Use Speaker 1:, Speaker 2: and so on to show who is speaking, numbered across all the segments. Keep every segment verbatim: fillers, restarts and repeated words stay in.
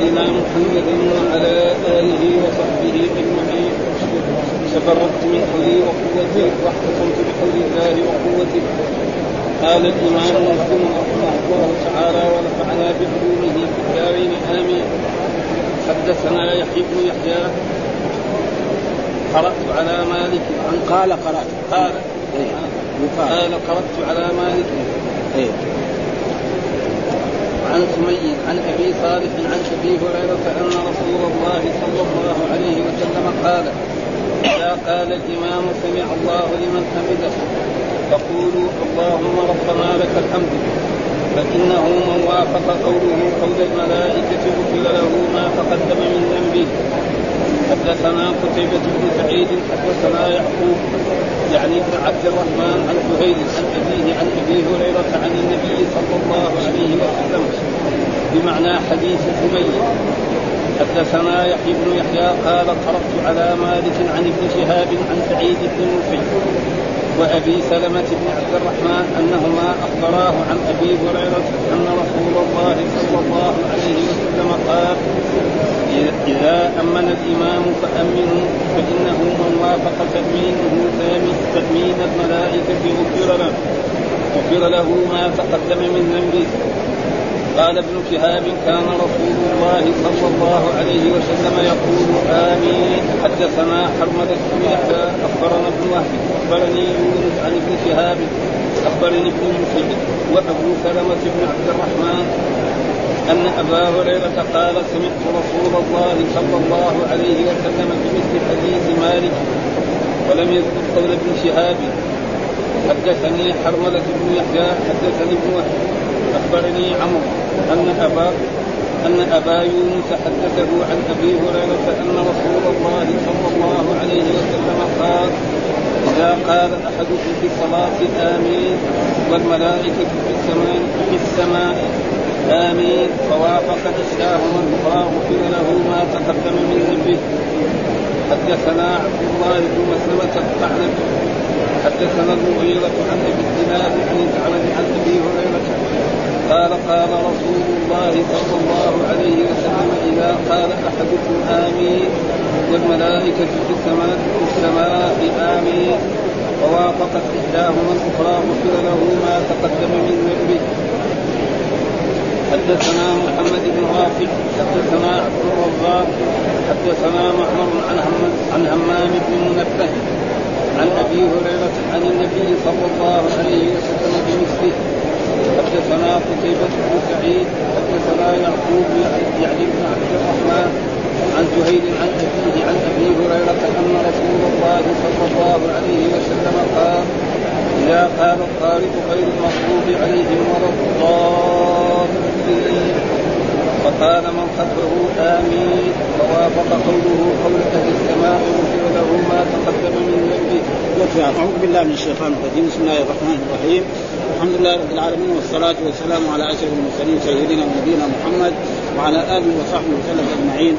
Speaker 1: نبينا محمد وعلى آله وصحبه أجمعين. تفرقت من حولي وقوتي واحتفظت بحول الله وقوته. قال الإمام مسلم رحمه الله تعالى ونفعنا بعلومه في الدارين آمين. حدثنا يحيى بن يحيى قرأت على مالك عن
Speaker 2: قال قرأت
Speaker 1: قال
Speaker 2: إيه.
Speaker 1: قال قرأت على مالك
Speaker 2: إيه.
Speaker 1: عن سمي عن أبي صالح عن أبي هريرة أن رسول الله صلى الله عليه وسلم قال: إذا قال الإمام سمع الله لمن حمده فقولوا اللهم ربنا لك الحمد، فإنه من وافق قوله قول الملائكة غفر له ما تقدم من ذنبه. حدثنا قتيبة بن سعيد حدثنا يعقوب يعني ابن عبد الرحمن عن زهير عن أبيه عن أبي هريرة عن النبي صلى الله عليه وسلم بمعنى حديث سمي. حدثنا يحيى بن يحيى قال قرأت على مالك عن ابن شهاب عن سعيد بن المسيب وأبي سلمة بن عبد الرحمن أنهما أخبراه عن أبي هريرة أن رسول الله صلى الله عليه وسلم قال: إذا أمن الإمام فأمنوا، فإنه من وافق تأمينه تأمين الملائكة غفر له غفر له ما تقدم من ذنبه. قال ابن شهاب: كان رسول الله صلى الله عليه وسلم يقول آمين. حدثنا حرملة بن يحيى أخبرنا ابن وهب أخبرني يونس عن ابن شهاب أخبرني ابن المسيب وأبو سلمة بن عبد الرحمن أن أبا هريرة قال: سمعت رسول الله صلى الله عليه وسلم بمثل حديث مالك، ولم يذكر قول ابن شهاب. حدثني حرملة بن يحيى حدثني ابن وهب أخبرني عمرو أن أبا أن أبا يونس حدثه عن أبي هريرة أن رسول الله صلى الله عليه وسلم قال: إذا قال أحدكم في الصلاة آمين والملائكة في السماء في السماء آمين فوافقت إحداهما الأخرى غفر له ما تقدم من ذنبه. حدثنا عبد الله بن مسلمة الثعلبي حدثنا المغيرة عن أبي الزناد عن الأعرج عن أبي هريرة قال: قال رسول الله صلى الله عليه وسلم: إذا قال أحدكم آمين والملائكة في السماء في السماء آمين ووافقت إحداهما الأخرى غفر له ما تقدم من ذنبه. حدثنا محمد بن رافع حدثنا عبد الرزاق حدثنا معمر عن همام بن منبه عن أبي هريرة عن النبي صلى الله عليه وسلم بمثله. حدثنا قتيبة بن سعيد حدثنا يعقوب يعني بن عبد الرحمن عن زهير عن أبيه عن أبي هريرة أن رسول الله صلى الله عليه وسلم قال: إذا قال الطارق غير المغضوب عليهم ولا الضالين فقال من خلفه آمين فوافق قوله قول أهل السماء غفر له ما تقدم من ذنبه.
Speaker 2: أعوذ بالله من الشيطان الرجيم. بسم الله الرحمن الرحيم. الحمد لله رب العالمين والصلاة والسلام على أشرف المرسلين سيدنا ونبينا محمد وعلى آله وصحبه وسلم أجمعين.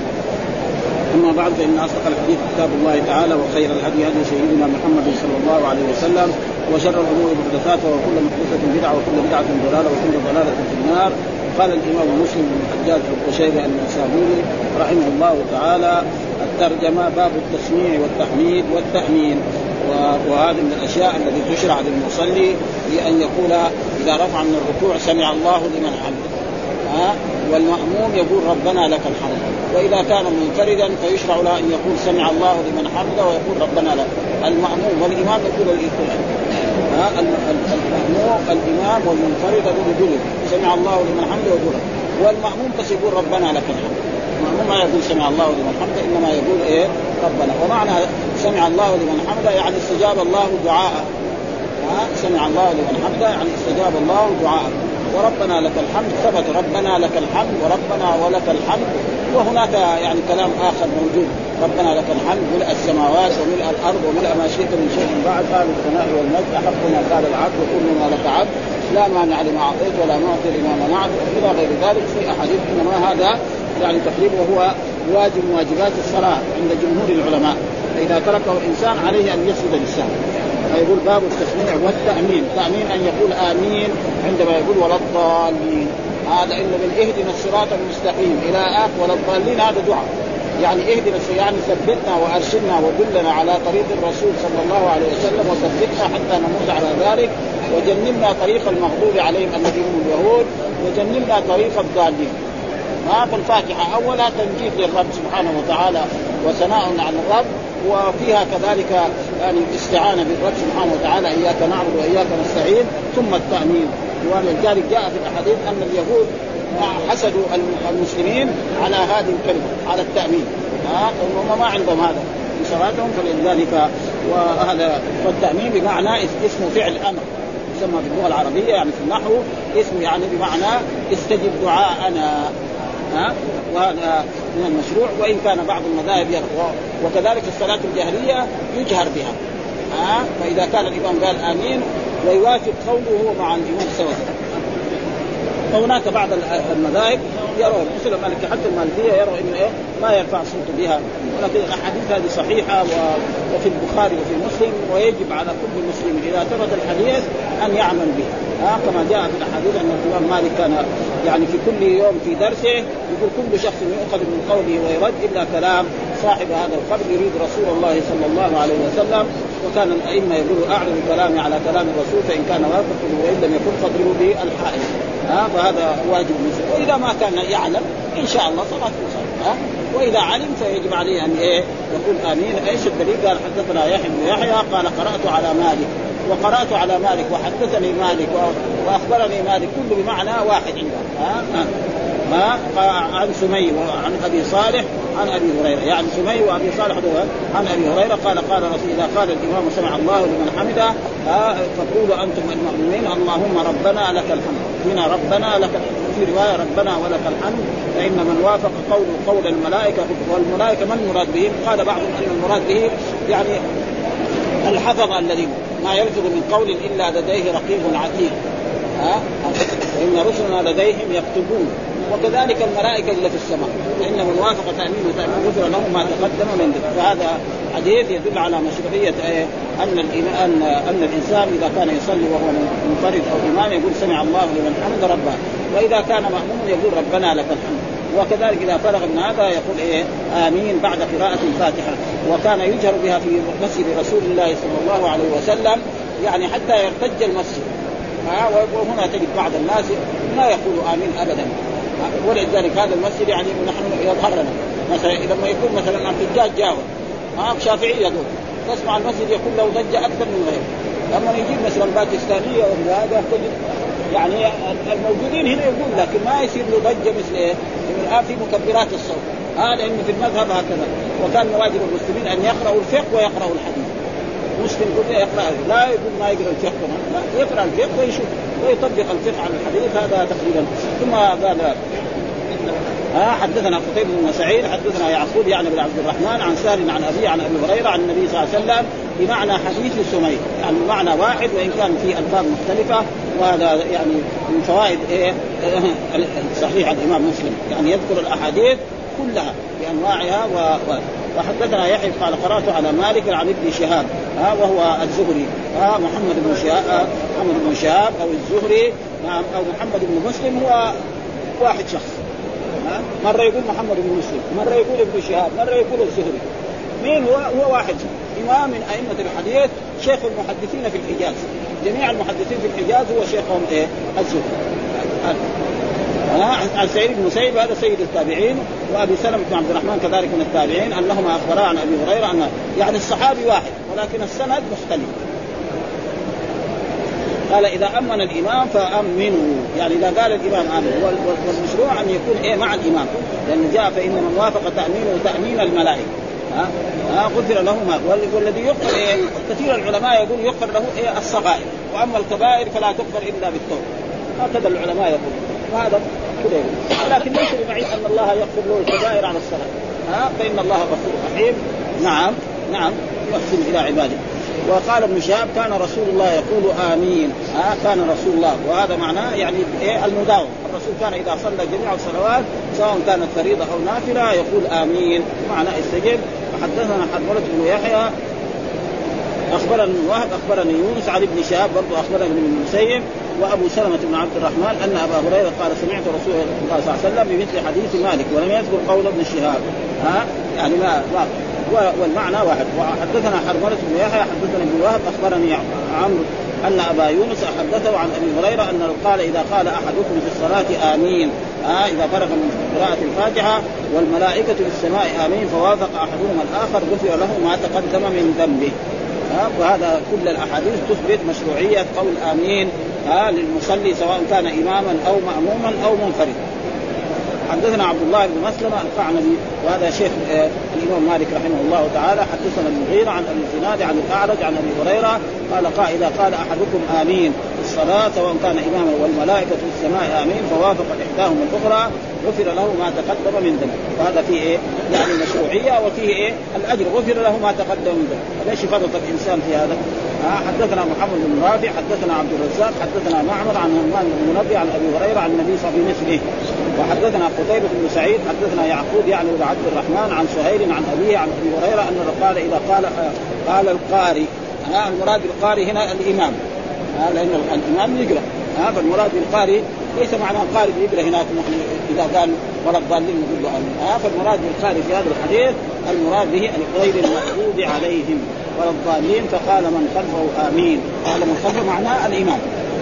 Speaker 2: أما بعد، فإن أصدق الحديث كتاب الله تعالى وخير الهدي هدي سيدنا محمد صلى الله عليه وسلم وشر الأمور محدثاتها وكل محدثة بدعة وكل بدعة ضلالة وكل ضلالة في النار. قال الإمام مسلم بن الحجاج القشيري النسابوري رحمه الله تعالى: الترجمة باب التسميع والتحميد والتأمين. وهذا من الأشياء التي تشرع للمصلي بأن يقول إذا رفع من الركوع سمع الله لمن حمده، ها، والمأموم يقول ربنا لك الحمد. وإذا كان منفردا فيشرع له أن يقول سمع الله لمن حمده ويقول ربنا لك. المأموم والإمام يقول الاثنين، ها، المأموم الإمام والمنفرد يقول سمع الله لمن حمده ويقول، والمأموم بس يقول ربنا لك الحمد. المأموم ما يقول سمع الله لمن حمده، إنما يقول إيه ربنا. ومعنى سمع الله لمن حمده يعني استجاب الله دعاءه، ها، سمع الله لمن حمده يعني استجاب الله دعاءه. وربنا لك الحمد ثبت ربنا لك الحمد وربنا ولك الحمد. وهناك يعني كلام آخر موجود: ربنا لك الحمد ملء السماوات وملء الأرض وملء ما شئت من شيء بعد، أهل الثناء والمجد أحق ما قال العبد وكلنا لك عبد لا مانع لما أعطيت ولا معطي لما منعت إلى غير ذلك في أحاديث. إنما هذا يعني تقريبا وهو واجب واجبات الصلاة عند جمهور العلماء، فإذا تركه الإنسان عليه أن يسجد للسهو. فيقول باب التسميع والتأمين. تأمين أن يقول آمين عندما يقول ولا الضالين، هذا إنه من اهدنا الصراط المستقيم إلى آخر ولا الضالين، هذا دعاء يعني اهدنا يعني ثبتنا وأرشدنا ودلنا على طريق الرسول صلى الله عليه وسلم وثبتنا حتى نموت على ذلك، وجنبنا طريق المغضوب عليهم الذين هم اليهود، وجنبنا طريق الضالين. هذا الفاتحة أولها تمجيد للرب سبحانه وتعالى وثناء عن الرب، وفيها كذلك يعني الاستعانة بالرب سبحانه وتعالى، إياك نعبد وإياك نستعين، ثم التأمين. ولذلك جاء في الأحاديث أن اليهود حسدوا المسلمين على هذه الكلمة، على التأمين، ها هم ما عندهم هذا في صلاتهم، فلذلك وهذا والتأمين بمعنى اسم فعل أمر يسمى في اللغة العربية يعني في النحو اسم يعني بمعنى استجب دعاءنا، ها وهذا من المشروع. وإن كان بعض المذاهب يقرأ، وكذلك الصلاة الجهرية يجهر بها، ها فإذا كان الإمام قال آمين ويوافق قوله مع الإمام سواء. وهناك بعض المذاهب يروا مثل المالكية، حتى المالكية يروا إنه إيه ما يرفع صوته بها، ولكن الأحاديث هذه صحيحة وفي البخاري وفي مسلم، ويجب على كل مسلم إذا ثبت الحديث أن يعمل به، ها كما جاء في الحديث أن الإمام مالك كان يعني في كل يوم في درسه يقول كل شخص يؤخذ من قوله ويرد إلا كلام صاحب هذا القبر يريد رسول الله صلى الله عليه وسلم. وكان الأئمة يقولوا أعلم كلامي على كلام الرسول، فإن كان وافقه وإن لم يكن فاضربوا به الحائط، ها فهذا واجب المسلم. وإذا ما كان يعلم إن شاء الله صلاة صلاة، ها وإذا علم فيجب عليه أن إيه يقول آمين. إيش الدليل؟ قال حدثنا يحيى بن يحيى قال قرأت على مالك وقرأت على مالك وحدثني مالك وأخبرني مالك، كل بمعنى واحد عنده، ها ها عن سمي وعن أبي صالح عن أبي هريرة، يعني سمي وأبي صالح عن أبي هريرة قال قال رسول الله قال الإمام سمع الله لمن حمده فقولوا أنتم المؤمنين اللهم ربنا لك الحمد، هنا ربنا لك، في رواية ربنا ولك الحمد، فإن من وافق قول قول الملائكة. والملائكة من المراد بهم؟ قال بعضهم أن المراد به يعني الحفظ الذي ما يلفظ من قول إلا لديه رقيب عتيد، ها إن رسلنا لديهم يكتبون، وكذلك الملائكة اللي في السماء، فإن من وافق تأمين وتأمين غفر له ما تقدم من ذنبه. فهذا حديث يدل على مشروعية أن أن أن الإنسان إذا كان يصلي وهو منفرد أو إمام يقول سمع الله لمن حمد ربه، وإذا كان مأموم يقول ربنا لك الحمد. وكذلك إذا فرغ من هذا يقول إيه آمين بعد قراءة الفاتحة. وكان يجهر بها في مسجد رسول الله صلى الله عليه وسلم، يعني حتى يرتج المسجد، وهنا تجد بعض الناس لا يقول آمين أبدا. ولذلك هذا المسجد يعني نحن يظهر لنا مثلا لما يكون مثلا الحجاج جاوا ها شافعي يقول تسمع المسجد يكون له ضجة أكثر من غيره. لما يجيب مثلا باكستانية ولا هذا تجد يعني الموجودين هنا يقول، لكن ما يصير له ضجة مثل إيه الآن في مكبرات الصوت، هذا لأنه في المذهب هكذا. وكان واجب المسلمين أن يقرأوا الفقه ويقرأوا الحديث. مسلم كله يقرأ، لا يقول ما يقرأ الفقه، لا يقرأ الفقه ويشوف ويطبق الفقه على الحديث، هذا تقريبا. ثم قال ها حدثنا قتيبة بن سعيد حدثنا يعقوب يعني بن عبد الرحمن عن سالم عن أبي عن أبي هريرة عن النبي صلى الله عليه وسلم بمعنى حديث سمي، يعني معنى واحد وإن كان فيه ألفاظ مختلفة. وهذا يعني من فوائد إيه صحيح الإمام مسلم، يعني يذكر الأحاديث كلها بأنواعها. و... وحدثنا يحيى قال قرأت على مالك عن ابن شهاب ها وهو الزهري، ها محمد بن شهاب محمد بن شهاب أو الزهري نعم أو محمد بن مسلم، هو واحد شخص، مرة يقول محمد بن مسلم، مرة يقول ابن شهاب، مرة يقول الزهري. مين هو؟ هو واحد إمام من أئمة الحديث، شيخ المحدثين في الحجاز، جميع المحدثين في الحجاز هو شيخهم إيه الزهري. عن سعيد بن مسيب هذا سيد التابعين، وأبي سلمة بن عبد الرحمن كذلك من التابعين أنهما أخبرا عن أبي هريرة أن يعني الصحابي واحد ولكن السند مختلف. قال إذا أمن الإمام فأمنوا، يعني إذا قال الإمام آمن، والمشروع أن يكون إيه مع الإمام، لأن جاء فإن من وافق تأمينه تأمين الملائكة ها ها غفر له ما. والذي يغفر إيه كثير العلماء يقول يغفر له إيه الصغائر، وأما الكبائر فلا تغفر إلا بالتوبة، هكذا العلماء يقول. وهذا كده يقول، لكن ليس بمعنى أن الله يغفر له الكبائر على الصغائر، ها فإن الله غفور رحيم. نعم نعم يحسن إلى عباده. وقال ابن شهاب كان رسول الله يقول آمين، ها كان رسول الله، وهذا معناه يعني إيه المداوم. الرسول كان إذا صلى جميع الصلوات سواء كانت فريضة أو نافلة يقول آمين، معنى استجب. وحدثنا حرملة بن يحيى أخبرني وهب أخبرني يونس عن ابن شهاب برضو أخبرني ابن المسيب وأبو سلمة بن عبد الرحمن أن أبا هريرة قال سمعت رسول الله صلى الله عليه وسلم بمثل حديث مالك ولم يذكر قول ابن شهاب ها يعني ما, ما والمعنى واحد. وحدثنا حرملة بن يحيى حدثنا ابن وهب أخبرني عمرو أن أبا يونس حدثه عن أبي هريرة أنه قال إذا قال أحدكم في الصلاة آمين آه إذا فرغ من قراءة الفاتحة والملائكة في السماء آمين فوافق أحدهما الآخر غفر له ما تقدم من ذنبه. آه وهذا كل الأحاديث تثبت مشروعية قول آمين آه للمصلي سواء كان إماما أو مأموما أو منفرد. حدثنا عبد الله بن مسلمة القعنبي وهذا شيخ آه الإمام مالك رحمه الله تعالى. حدثنا المغيرة عن أبي الزناد عن الأعرج عن أبي هريرة قال قال إذا قال أحدكم آمين في الصلاة سواء كان إماما والملائكة في السماء آمين فوافق إحداهم الأخرى غفر له ما تقدم من ذنبه. وهذا فيه إيه يعني مشروعية وفيه إيه الأجر غفر له ما تقدم من ذنبه. ليش فرط الإنسان في هذا؟ آه حدثنا محمد بن رافع حدثنا عبد الرزاق حدثنا معمر عن همام بن منبه عن أبي هريرة عن النبي صلى الله عليه وسلم. وحدثنا قتيبة بن سعيد حدثنا يعقوب يعني بن عبد الرحمن عن سهيل عن أبيه عن أبي هريرة أنه قال إذا قال قال القارئ آه المراد بالقارئ هنا الإمام آه لأن الإمام يقرأ آه فالمراد بالقارئ ليس معنى القارئ يقرأ هناك إذا قال ولا الضالين نقول له آمين آه فالمراد بالقارئ في هذا الحديث المراد به غير المغضوب عليهم ولا الضالين فقال من خلفه آمين قال من خلفه معناه الإمام.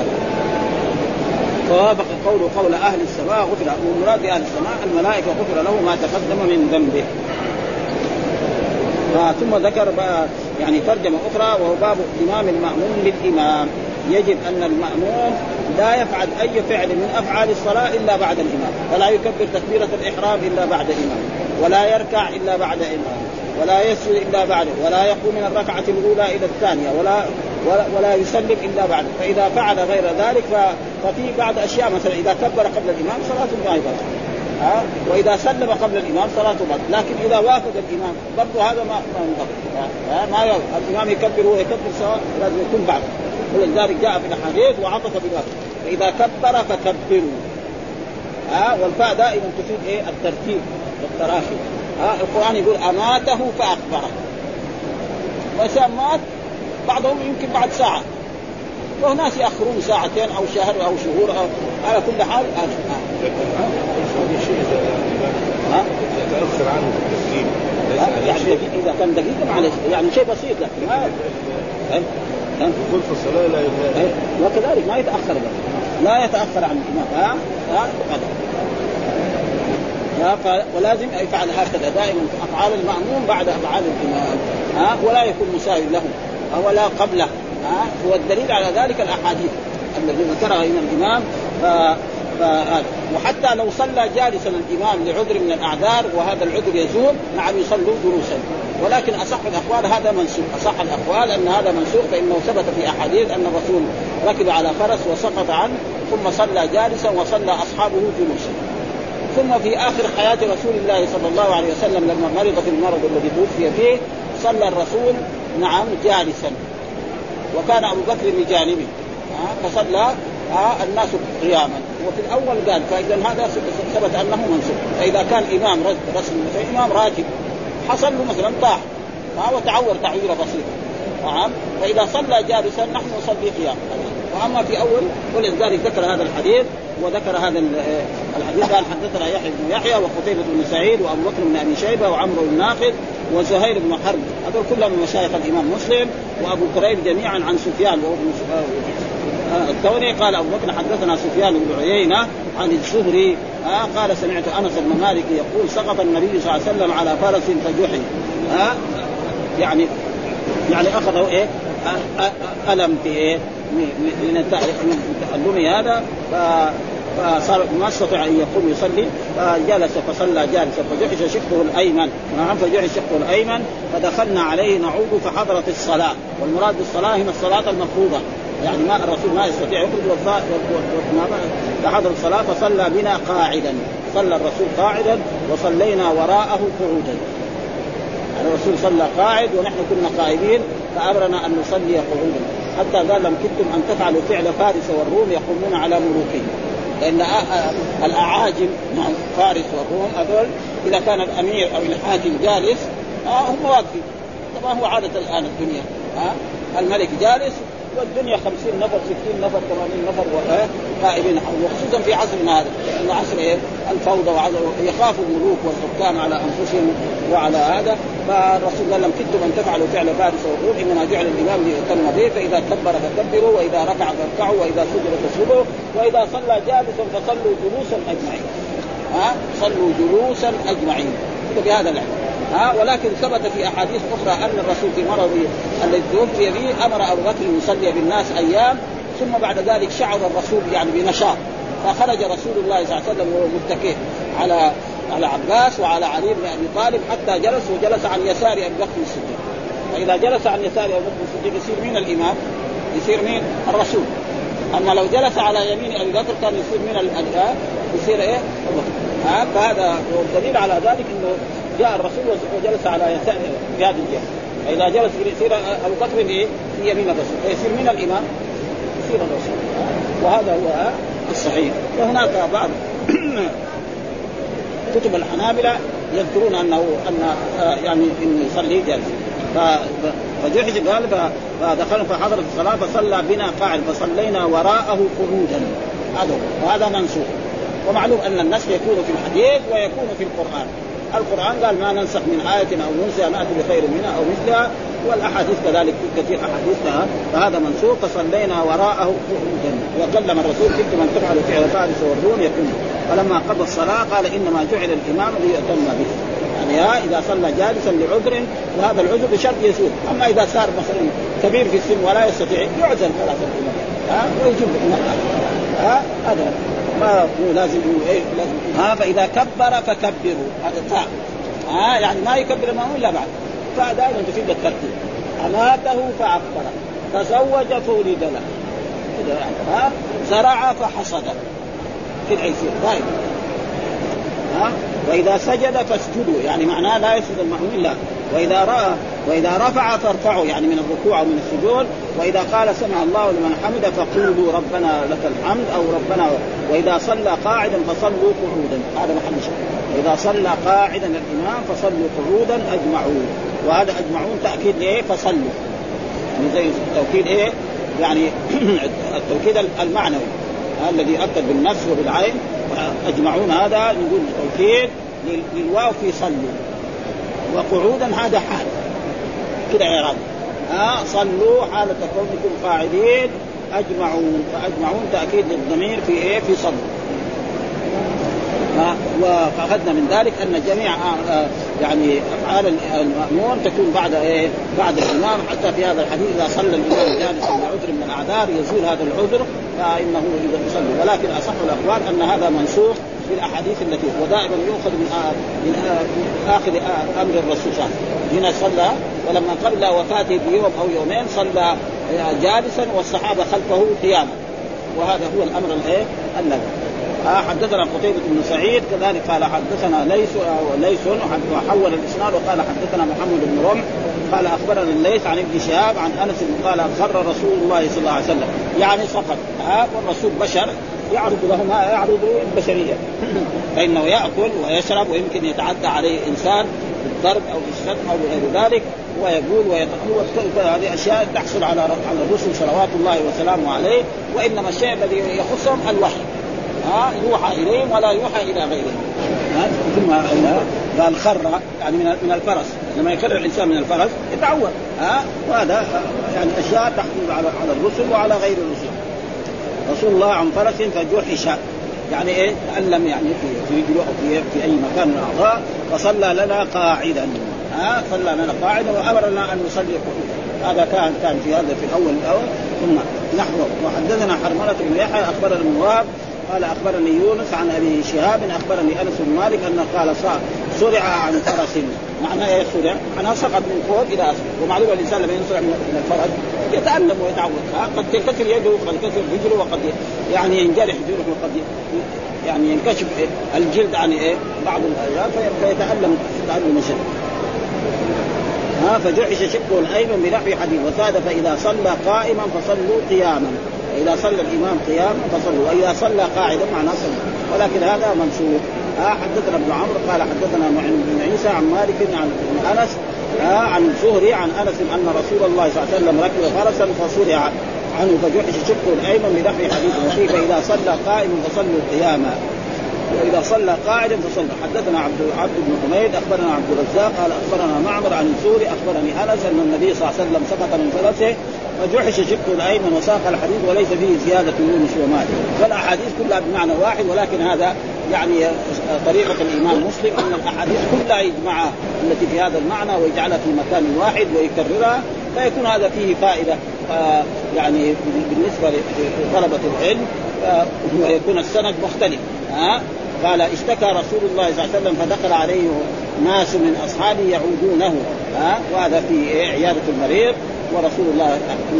Speaker 2: فوافق قوله قول أهل السماء غفر له. والمراد بأهل السماء الملائكة غفر له ما تقدم من ذنبه. ثم ذكر بقى يعني ترجمة أخرى وهو باب إمام المأموم للإمام. يجب أن المأموم لا يفعل أي فعل من أفعال الصلاة إلا بعد الإمام ولا يكبر تكبيرة الإحرام إلا بعد إمام ولا يركع إلا بعد إمام ولا يسجد إلا بعده ولا يقوم من الركعة الأولى إلى الثانية ولا ولا, ولا يسلم إلا بعده. فإذا فعل غير ذلك ففي بعض أشياء مثلا إذا كبر قبل الإمام صلاة غائبة ها وإذا سلم قبل الإمام صلاة باطلة. لكن إذا وافق الإمام برضو هذا ما ما ينضبط ما الإمام يكبر هو يكبر سواء لازم يكون بعده. ولذلك جاء في الحديث وعطف بالوقت فإذا كبر فكبروا ها والفاء دائما تفيد إيه الترتيب والتراخي. ها القرآن يقول أماته فأخبره وإنسان مات بعضهم يمكن بعد ساعة وناس يأخرون ساعتين أو شهر أو شهور أو على كل حال ها
Speaker 3: يتأثر عنه التسليم
Speaker 2: يعني إذا كان دقيقة معلش يعني شيء بسيط لكن ما
Speaker 3: يدخل في الصلاة لا يتأخر
Speaker 2: وكذلك ما يتأخر لا يتأخر عن الإمام ها ها ولازم يفعل هكذا دائما أفعال المأموم بعد أفعال الإمام ها ولا يكون مساوي له ولا قبله ها هو الدليل على ذلك الأحاديث الذي ذكرها هنا الإمام ف... ف... وحتى لو صلى جالسا الإمام لعذر من الأعذار وهذا العذر يزول نعم يصلوا جلوسا. ولكن أصح الأقوال هذا منسوخ. أصح الأقوال أن هذا منسوخ فإنه ثبت في أحاديث أن الرسول ركب على فرس وسقط عنه ثم صلى جالسا وصلى أصحابه جلوسا. ثم في آخر حياة رسول الله صلى الله عليه وسلم لما مرض في المرض الذي توفي فيه صلى الرسول نعم جالسا وكان أبو بكر بجانبه فصلى الناس قياما. وفي الأول قال فإذا هذا ثبت أنه منسوخ. فإذا كان إمام رسمي إمام راكب حصل له مثلا طاح وتعور تعويرة بسيطة نعم فإذا صلى جالسا نحن نصلي قياما. وأما في أول ولذلك ذكر هذا الحديث وذكر هذا الحديث قال حدثنا يحيى بن يحيى وقتيبة بن سعيد وأبو بكر بن أبي شيبة وعمرو بن ناقد وزهير بن حرب هذول كلهم من مشايخ الإمام مسلم وأبو كريب جميعا عن سفيان وابن الثوري قال أبو بكر حدثنا سفيان بن عيينة عن الزهري آه قال سمعت أنس بن مالك يقول سقط النبي صلى الله عليه وسلم على فرس فجحي آه يعني يعني أخذه إيه ألم في إيه من التألم هذا فصار ما استطاع أن يقوم يصلي فجلس فصلى جالسا فجحش شقه الأيمن نعم فجحش شقه الأيمن فدخلنا عليه نعود فحضرت الصلاة. والمراد بالصلاة هنا الصلاة المفروضة يعني ما الرسول ما يستطيع يخرج فحضر الصلاة فصلى بنا قاعدا صلى الرسول قاعدا وصلينا وراءه قعودا. الرسول صلى قاعد ونحن كنا قائمين فأمرنا أن نصلي قعودا حتى قال لم كنتم أن تفعلوا فعل فارس والروم يقومون على ملوكهم. لأن الأعاجم نعم فارس والروم هذول إذا كان الأمير أو الحاكم جالس هم واقفين طبعا هو عادة الآن الدنيا الملك جالس والدنيا خمسين نفر ستين نفر ثمانين نفر قائمين، وخصوصا في عصرنا هذا إن عصر إيه الفوضى وعصر يخاف الملوك والحكام على أنفسهم وعلى هذا. فالرسول قال لم كنتم أن تفعلوا فعل فارس والروم إنما جعل الإمام ليؤتم به، فإذا كبر فكبروا وإذا ركع فاركعوا وإذا سجد فاسجدوا وإذا صلى جالسا فصلوا جلوسا أجمعين. ها صلوا جلوسا أجمعين بهذا العلم. ها ولكن ثبت في أحاديث أخرى أن الرسول في مرضه الذي توفي به أمر أبو بكر يصلي بالناس أيام، ثم بعد ذلك شعر الرسول يعني بنشاط، فخرج رسول الله صلى الله عليه وسلم وهو متكئ على على عباس وعلى علي بن أبي طالب حتى جلس، وجلس عن يسار أبي بكر الصديق. فإذا جلس عن يسار أبي بكر الصديق يصير مين الإمام؟ يصير مين؟ الرسول. أما لو جلس على يمين أبي بكر كان يصير مين الأداء؟ يصير إيه؟ ها فهذا والدليل على ذلك إنه جاء الرسول وجلس على يسار في هذه الجهة، فإذا جلس يصير أبو بكر إيه؟ في يمين الرسول، فيصير مين الإمام؟ يصير الرسول. وهذا هو الصحيح. وهناك بعض كتب الحنابلة يذكرون أنه أن يعني إنه يصلي جالس. فجحش قال فدخلنا فحضرت الصلاة فصلى بنا قاعد فصلينا وراءه قعودا. هذا وهذا منسوخ. ومعلوم أن النسخ يكون في الحديث ويكون في القرآن. القرآن قال ما ننسخ من آية أو ننسها نأتي بخير منها أو مثلها، والأحاديث كذلك كثير أحاديثها، فهذا منسوخ. فصلينا وراءه قعودا وكلم الرسول كنت من تفعل فعل فارس والروم يكون. فلما قضى الصلاة قال إنما جعل الإمام ليؤتم به، يعني إذا صلى جالسا لعذر وهذا العذر بشرط يسوق. أما إذا صار مثلا كبير في السن ولا يستطيع يعزل خلاص الإمام ها ويجيب ها هذا ما هو لازم إيه لازم ها. فإذا كبر فكبروا هذا تاء ها يعني ما يكبر ما هو إلا بعد. فدائما تفيد الترتيب. أماته فعقر، تزوج فولد له كده يعني ها، زرع فحصد كده يصير دائما ها. وإذا سجد فاسجدوا يعني معناه لا يسجد المأموم إلا. وإذا رأى وإذا رفع فارفعوا يعني من الركوع ومن السجود. وإذا قال سمع الله لمن حمد فقولوا ربنا لك الحمد أو ربنا. وإذا صلى قاعدا فصلوا قعودا، هذا محل شك. وإذا صلى قاعدا الإمام فصلوا قعودا أجمعون. وهذا أجمعون تأكيد إيه فصلوا يعني زي التوكيد إيه يعني التوكيد المعنوي الذي أكد بالنفس وبالعين. أجمعون هذا نقول توكيد للواو في صلوا. وقعودا هذا حال كده إعراب ها صلوا حالة كونكم قاعدين أجمعون. فأجمعون تأكيد للضمير في إيه في صلوا. وأخذنا من ذلك أن جميع يعني أفعال المأمور تكون بعد إيه بعد الإمام. حتى في هذا الحديث إذا صلى الإمام جالسا لعذر من الأعذار يزول هذا العذر فإنه إذا يصلي. ولكن أصح الأقوال أن هذا منسوخ في الأحاديث التي ودائما يؤخذ من من آخر أمر الرسول صلى الله عليه وسلم. هنا صلى ولما قبل وفاته بيوم أو يومين صلى جالسا والصحابة خلفه قياما، وهذا هو الأمر الإيه الذي حدثنا قتيبة بن سعيد كذلك قال حدثنا ليس ليس وحول الإسناد وقال حدثنا محمد بن رمح قال أخبرنا الليث عن ابن شهاب عن أنس قال خر رسول الله صلى الله عليه وسلم يعني سقط. والرسول بشر يعرض له ما يعرض البشرية فإنه يأكل ويشرب ويمكن يتعدى عليه إنسان بالضرب أو بالشتم أو بغير ذلك ويقول ويتأمل. هذه أشياء تحصل على على الرسل صلوات الله وسلامه عليه. وإنما الشيء الذي يخصهم الوحي ها يوحى إليهم ولا يوحى إلى غيرهم. ثم قال خر يعني من من الفرس، لما يخر الإنسان من الفرس يتعور ها. وهذا يعني أشياء تحصل على على الرسل وعلى غير الرسل. رسول الله عن فرس فجحش يعني إيه تألم يعني في في في, في أي مكان من الأعضاء. فصلى لنا قاعدا ها صلى لنا قاعدا وأمرنا أن نصلي قعودا. هذا كان كان في هذا في الأول الأول. ثم نحو وحدثنا حرملة بن يحيى أخبرنا المواب قال أخبرني يونس عن أبي شهاب أخبرني أنس بن مالك أنه قال صرع عن فرس. معناه إيه صرع؟ معناه سقط من فوق إلى أسفل. ومعلومة الإنسان لما ينصرع من الفرس يتألم ويتعود قد تنكسر يده وقد تنكسر رجله وقد يعني ينجرح جرح وقد يعني ينكشف الجلد عن إيه بعض الأجزاء فيتألم تألم شديد. ها فجحش شقه الأيمن بنحو حديث. وزاد فإذا صلى قائما فصلوا قياما. إذا صلى الإمام قياما فصلوا وإذا صلى قاعدا معناه صلى. ولكن هذا منسوخ. ها حدثنا ابن عمرو قال حدثنا معين بن عيسى عن مالك عن أنس عن الزهري عن أنس أن رسول الله صلى الله عليه وسلم ركب فرسا فصرع عنه فجحش شقه الأيمن لنحو حديث وفيه فإذا صلى قائما فصلوا قياما وإذا صلى قاعدا فصلوا. حدثنا عبد عبد بن حميد أخبرنا عبد الرزاق قال أخبرنا معمر عن الزهري أخبرني أنس أن النبي صلى الله عليه وسلم سقط من فرسه وجحش شقه الأيمن وساق الحديث وليس فيه زيادة يونس ومالك. فالأحاديث كلها بمعنى واحد، ولكن هذا يعني طريقة الإمام مسلم أن الأحاديث كلها يجمعها التي في هذا المعنى ويجعلها في مكان واحد ويكررها، فيكون هذا فيه فائدة آه يعني بالنسبة لطلبة العلم، آه ويكون السند مختلف. آه قال اشتكى رسول الله صلى الله عليه وسلم فدخل عليه ناس من أصحابه يعودونه، آه وهذا في عيادة المريض ورسول الله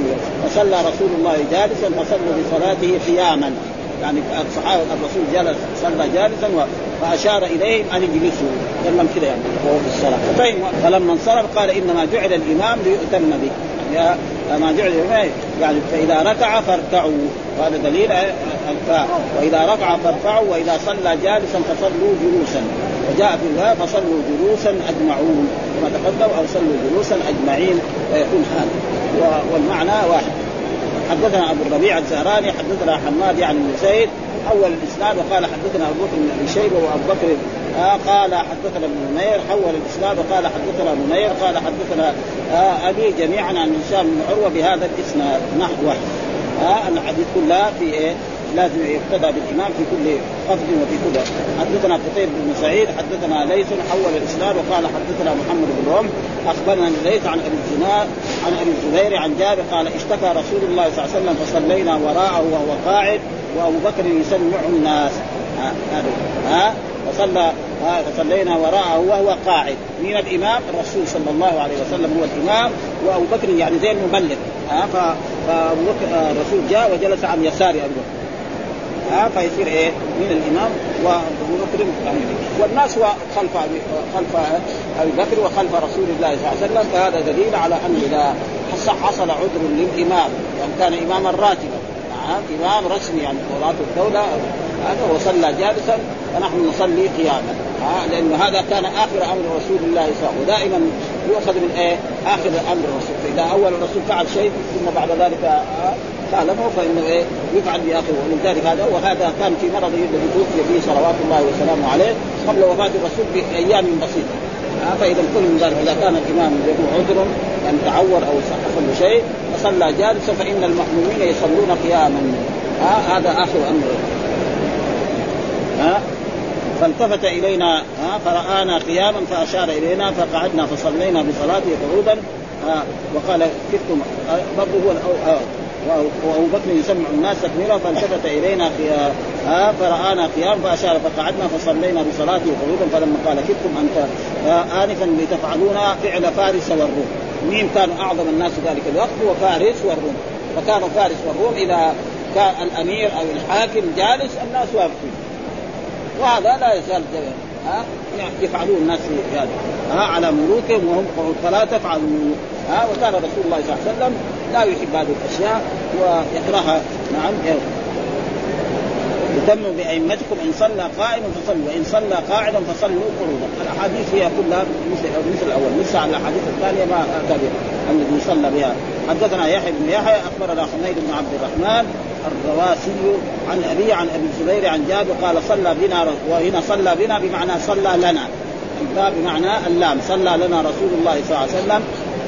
Speaker 2: فصلى رسول الله جالسا فصلوا بصلاته قياما، يعني الصحابة الرسول جلس صلى جالسا فأشار إليهم أن يجلسوا لما كده يعني وهو في الصلاة. فلما انصرف قال إنما جعل الإمام ليؤتم به، يعني ما جعل الإمام يعني فإذا ركع فاركعوا، وهذا دليل الفاء، وإذا ركع فاركعوا وإذا صلى جالسا فصلوا جلوسا، وجاء في الباب فصلوا جلوسا أجمعون كما تقدم أو صلوا جلوسا أجمعين ويكون هذا والمعنى واحد. حدثنا أبو الربيع الزهراني حدثنا حماد يعني بن زيد أول الإسناد وقال حدثنا أبو بكر بن أبي شيبة وأبو بكر آه قال حدثنا ابن نمير حول الإسناد وقال حدثنا ابن نمير قال حدثنا آه أبي جميعا عن هشام بن عروة بهذا الإسناد نحوه. آه الحديث كلها في إيه لازم يقتدى بالإمام في كل قصد وفي كل. حدثنا قتيبة بن سعيد حدثنا ليث حول الإسناد وقال حدثنا محمد بن رمح أخبرنا ليث عن أبي الزناد عن أبي الزبير عن جابر قال اشتكى رسول الله صلى الله عليه وسلم فصلينا وراءه وهو قاعد وأبو بكر يسمع الناس. ها ها فصلى فصلينا وراءه وهو قاعد. من الإمام الرسول صلى الله عليه وسلم هو الإمام وأبو بكر يعني زي المبلغ. ها فأبو بكر الرسول جاء وجلس عن يسار أبو بكر ها فيصير إيه من الإمام وأبو بكر والناس خلف خلف أبي بكر وخلف رسول الله صلى الله عليه وسلم. فهذا دليل على أن إذا حصل عذر للإمام يعني كان إماما راتبا إمام رسمي يعني ولاة الدولة هذا وصلى جالسا فنحن نصلي قياما لأن هذا كان آخر أمر رسول الله صلى الله عليه وسلم ودائما يؤخذ من إيه آخر أمر الرسول. فإذا أول الرسول فعل شيء ثم بعد ذلك خالفه فإنه إيه يفعل بآخره. ولذلك هذا وهذا كان في مرضه الذي توفي فيه صلوات الله وسلامه عليه قبل وفاة الرسول بأيام بسيطة. فإذا كل من ذلك إذا كان الإمام له عذر أن تعور أو حصل شيء فصلى جالسا فإن المأمومين يصلون قياما. ها هذا آخر أمر. ها فالتفت إلينا ها فرآنا قياما فأشار إلينا فقعدنا فصلينا بصلاته قعودا. وقال كفتم برضه هو الأو وأبو بكر يسمع الناس تكبيرا فالتفت إلينا ها فرآنا قيام فأشار فقعدنا فصلينا بصلاته قعودا. فلما قال كفتم أنت آنفا لتفعلون فعل فارس والروم. مين كانوا أعظم الناس ذلك الوقت هو فارس والروم. فكان فارس والروم إذا كان الأمير أو الحاكم جالس الناس واقفين وهذا لا يزال ها يفعلون الناس في هذا ها على ملوكهم وهم قعود فلا تفعلوا. ها وكان رسول الله صلى الله عليه وسلم لا يحب هذه الأشياء ويكرهها. نعم يتموا بأئمتكم إن صلى قائما فصلوا وإن صلى قاعدا فصلوا قعودا. الأحاديث هي كلها مثل مثل الأول مثل على الأحاديث الثانية ما أتى الذي صلى بها. حدثنا يحيى بن يحيى أخبرنا حميد بن عبد الرحمن الرواسي عن أبي عن أبي الزبير عن جابر قال صلى بنا وهنا صلى بنا بمعنى صلى لنا الباء بمعنى اللام صلى لنا رسول الله صلى الله عليه وسلم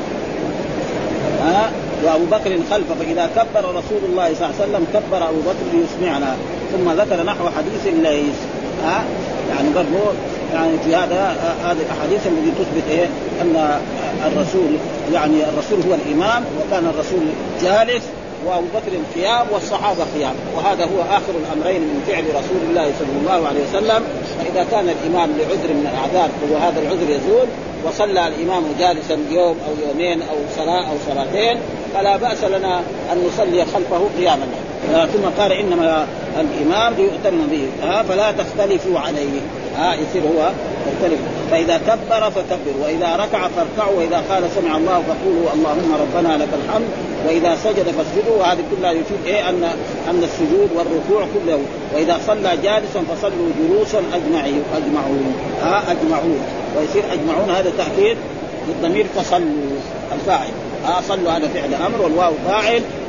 Speaker 2: ها وأبو بكر خلفه فإذا كبر رسول الله صلى الله عليه وسلم كبر أبو بكر ليسمعنا ثم ذكر نحو حديث ليس. ها يعني برضو يعني في هذا هذه الأحاديث التي تثبت إيه أن الرسول يعني الرسول هو الإمام وكان الرسول جالس وأبو بكر قيام والصحابة قيام وهذا هو آخر الأمرين من فعل رسول الله صلى الله عليه وسلم. فإذا كان الإمام لعذر من الأعذار وهذا العذر يزول وصلى الإمام جالسا يوم أو يومين أو صلاة أو صلاتين فلا بأس لنا أن نصلي خلفه قياما. ثم قال إنما الإمام ليؤتم به ها فلا تختلفوا عليه. ها يصير هو يختلف فإذا كبر فكبر وإذا ركع فاركعوا وإذا قال سمع الله فقولوا اللهم ربنا لك الحمد وإذا سجد فاسجدوا. وهذه كلها يفيد إيه أن أن السجود والركوع كله. وإذا صلى جالسا فصلوا جلوسا أجمعين أجمعون ها أجمعون ويصير أجمعون هذا تأكيد للضمير فصلوا الفاعل ها صلوا هذا فعل أمر والواو فاعل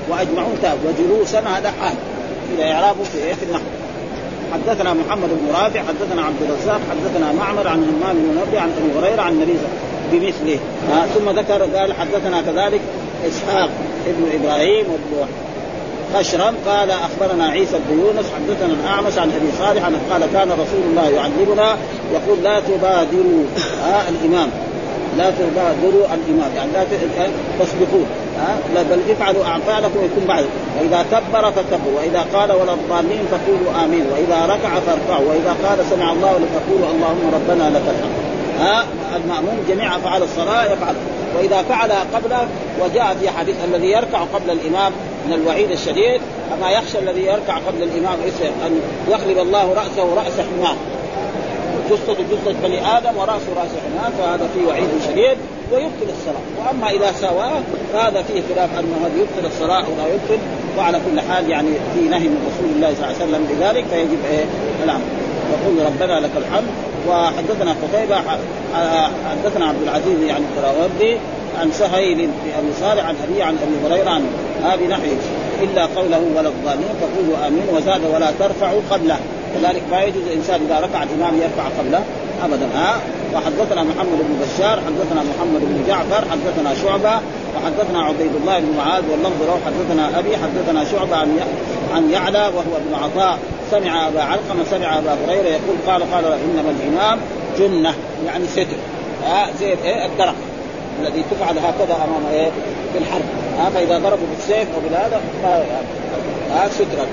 Speaker 2: وأجمعون تاب وجلوسا هذا حال إلى إعرابه في في النحو. حدثنا محمد بن رافع حدثنا عبد الرزاق حدثنا معمر عن همام بن منبه عن أبي هريرة عن النبي بمثله. آه ثم ذكر قال حدثنا كذلك إسحاق ابن إبراهيم وابن خشرم قال أخبرنا عيسى بن يونس حدثنا الأعمش عن أبي صالح عن قال كان رسول الله يعلمنا يقول لا تبادروا آه الإمام لا تبادروا الإمام يعني لا تسبقوه آه بل افعلوا أعمالكم ويكون بعد. وإذا كبر فكبروا وإذا قال ولا الضالين فقولوا آمين وإذا ركع فاركعوا وإذا قال سمع الله لمن حمده اللهم ربنا لك الحمد. ها المأموم جميع أفعال الصلاة يفعل. وإذا فعل قبله وجاء في حديث الذي يركع قبل الإمام من الوعيد الشديد أما يخشى الذي يركع قبل الإمام أن يغلب الله رأسه رأس حمار جثة جثة بني آدم ورأسه رأس حمار فهذا فيه وعيد شديد ويبطل الصلاة. وأما إذا سواه فهذا فيه خلاف أنه هذا يبطل الصلاة أو لا يبطل. وعلى كل حال يعني في نهي من رسول الله صلى الله عليه وسلم بذلك فيجب إيه العمل. يقول ربنا لك الحمد. وحدثنا قتيبة حدثنا عبد العزيز يعني الدراوردي عن سهيل بن أبي صالح عن أبي عن أبي هريرة عن أبي نحوه إلا قوله ولا الضالين فقولوا آمين وزاد ولا ترفعوا قبله. كذلك ما يجوز الإنسان إذا ركع الإمام يرفع قبله أبدا. ها وحدثنا محمد بن بشار حدثنا محمد بن جعفر حدثنا شعبة وحدثنا عبيد الله بن معاذ واللفظ له حدثنا أبي حدثنا شعبة عن عن يعلى وهو ابن عطاء سمع أبا علقمة سمع أبا هريرة يقول قال قال إنما الإمام جنة يعني ستر ها زي إيه الدرق الذي تفعل هكذا أمام إيه في الحرب ها فإذا ضربوا بالسيف أو بالهذا ها سترا.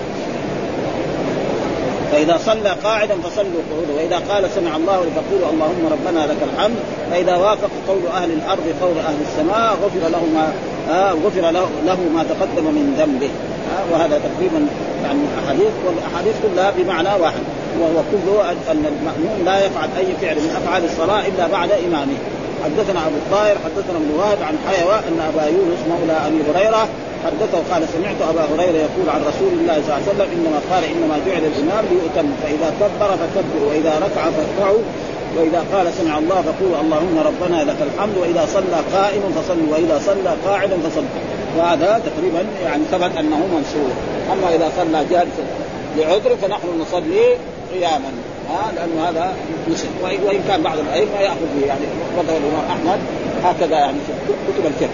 Speaker 2: فإذا صلى قاعدا فصلوا قعودا وإذا قال سمع الله فقولوا اللهم ربنا لك الحمد. فإذا وافق قول أهل الأرض قول أهل السماء غفر له ما آه غفر له, له ما تقدم من ذنبه. آه وهذا تقريبا يعني أحاديث والأحاديث كلها بمعنى واحد وهو كله أن المأموم لا يفعل أي فعل من أفعال الصلاة إلا بعد إمامه. حدثنا أبو الطاهر حدثنا ابن وهب عن حيوى أن أبا يونس مولى أبي هريرة حدثه قال سمعت أبا هريرة يقول عن رسول الله صلى الله عليه وسلم إنما قال إنما جعل الإمام ليؤتم فإذا كبر فكبروا وإذا ركع فاركعوا وإذا قال سمع الله فقولوا اللهم ربنا لك الحمد وإذا صلى قائم فصلوا وإذا صلى قاعدا فصلوا. وهذا تقريبا يعني ثبت أنه منسوخ. أما إذا صلى جالسا لعذر فنحن نصلي قياما ها لأنه هذا مسلم. وإن كان بعض الأئمة يأخذ به يعني وضع الإمام أحمد هكذا يعني في كتب الفقه.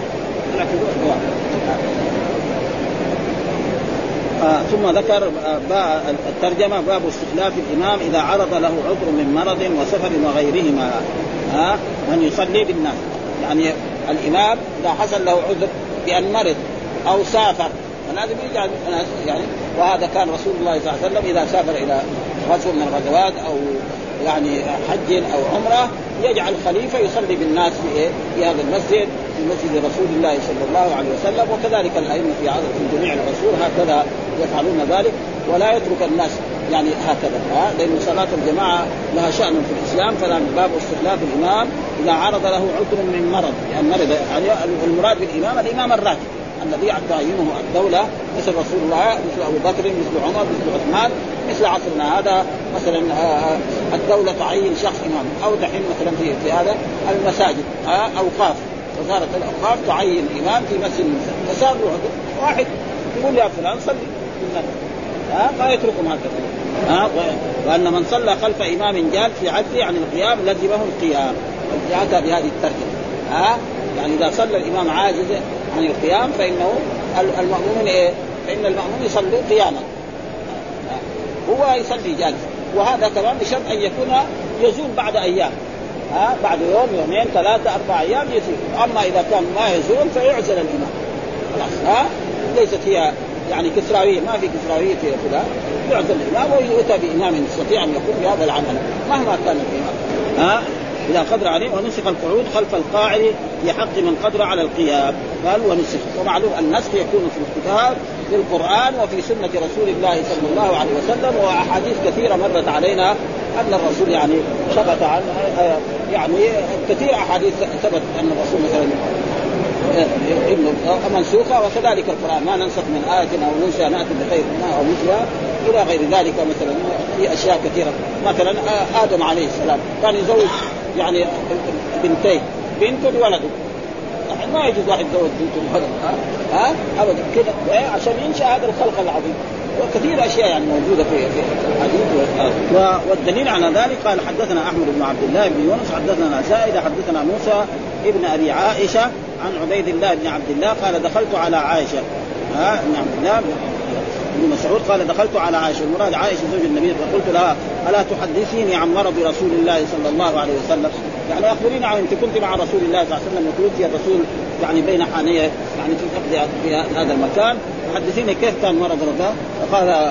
Speaker 2: آه ثم ذكر آه الترجمة باب استخلاف الإمام إذا عرض له عذر من مرض وسفر وغيرهما آه من يصلي بالناس. يعني الإمام إذا حصل له عذر بأن مرض أو سافر فلازم يجعل الناس يعني. وهذا كان رسول الله صلى الله عليه وسلم إذا سافر إلى غزو من الغزوات أو يعني حج أو عمرة يجعل خليفة يصلي بالناس في, إيه؟ في هذا المسجد في مسجد رسول الله صلى الله عليه وسلم. وكذلك الأئمة في عدد في جميع العصور هكذا يفعلون ذلك ولا يترك الناس يعني هكذا ها لأن صلاة الجماعة لها شأن في الإسلام. فلا باب استخلاف الإمام إذا عرض له عذر من مرض يعني مرض يعني المراد بالإمام الإمام الراتب الذي تعينه الدولة مثل رسول الله مثل أبو بكر مثل عمر مثل عثمان مثل عصرنا هذا مثلا الدولة تعين شخص إمام أو دحين مثلا في في هذا المساجد أوقاف وزارة الأوقاف تعين إمام في مسجد فصار له واحد يقول يا فلان صلي ها ما يتركهم هكذا ها وأن من صلى خلف إمام جال في عجزه عن القيام لزمه القيام. جاءت بهذه الترجمة ها يعني إذا صلى الإمام عاجز عن القيام فإنه المأمومين إيه؟ فإن المأموم يصلي قياما هو يصلي جالس. وهذا كمان بشرط أن يكون يزول بعد أيام ها بعد يوم يومين ثلاثة أربع أيام يزول. أما إذا كان ما يزول فيعزل الإمام خلاص ها ليست هي يعني كسراوية ما في كسراوية في كذا يعزل الإمام ويؤتى بإمام يستطيع أن يقوم بهذا العمل مهما كان الإمام ها إذا قدر عليه. ونسخ القعود خلف القاعد في حق من قدر على القيام قال ونسخ. ومعلوم النسخ يكون في الكتاب في القرآن وفي سنة رسول الله صلى الله عليه وسلم. وأحاديث كثيرة مرت علينا أن الرسول يعني ثبت عن يعني كثير أحاديث ثبت أن الرسول مثلا منسوخة. وكذلك القرآن ما ننسخ من آية أو ننسى نأتي بخير منها أو مثلها إلى غير ذلك. مثلا في أشياء كثيرة مثلا آدم عليه السلام كان يزوج يعني بنتين بنت وولده ما يجوز واحد يتزوج بنته ابدا ها ها ابدا كده عشان ينشا هذا الخلق العظيم. وكثير اشياء يعني موجوده في في الحديث. والدليل على ذلك قال حدثنا احمد بن عبد الله بن يونس حدثنا زائده حدثنا موسى ابن ابي عائشه عن عبيد الله بن عبد الله قال دخلت على عائشه ها بن عبد الله بن مسعود قال دخلت على عائشه المراد عائشه زوج النبي فقلت لها الا تحدثيني عن مرض رسول الله صلى الله عليه وسلم يعني اخبريني عن انت كنت مع رسول الله صلى الله عليه وسلم وتوفي الرسول يعني بين حانيه يعني في فقد في هذا المكان حدثيني كيف كان مرض رضا. فقال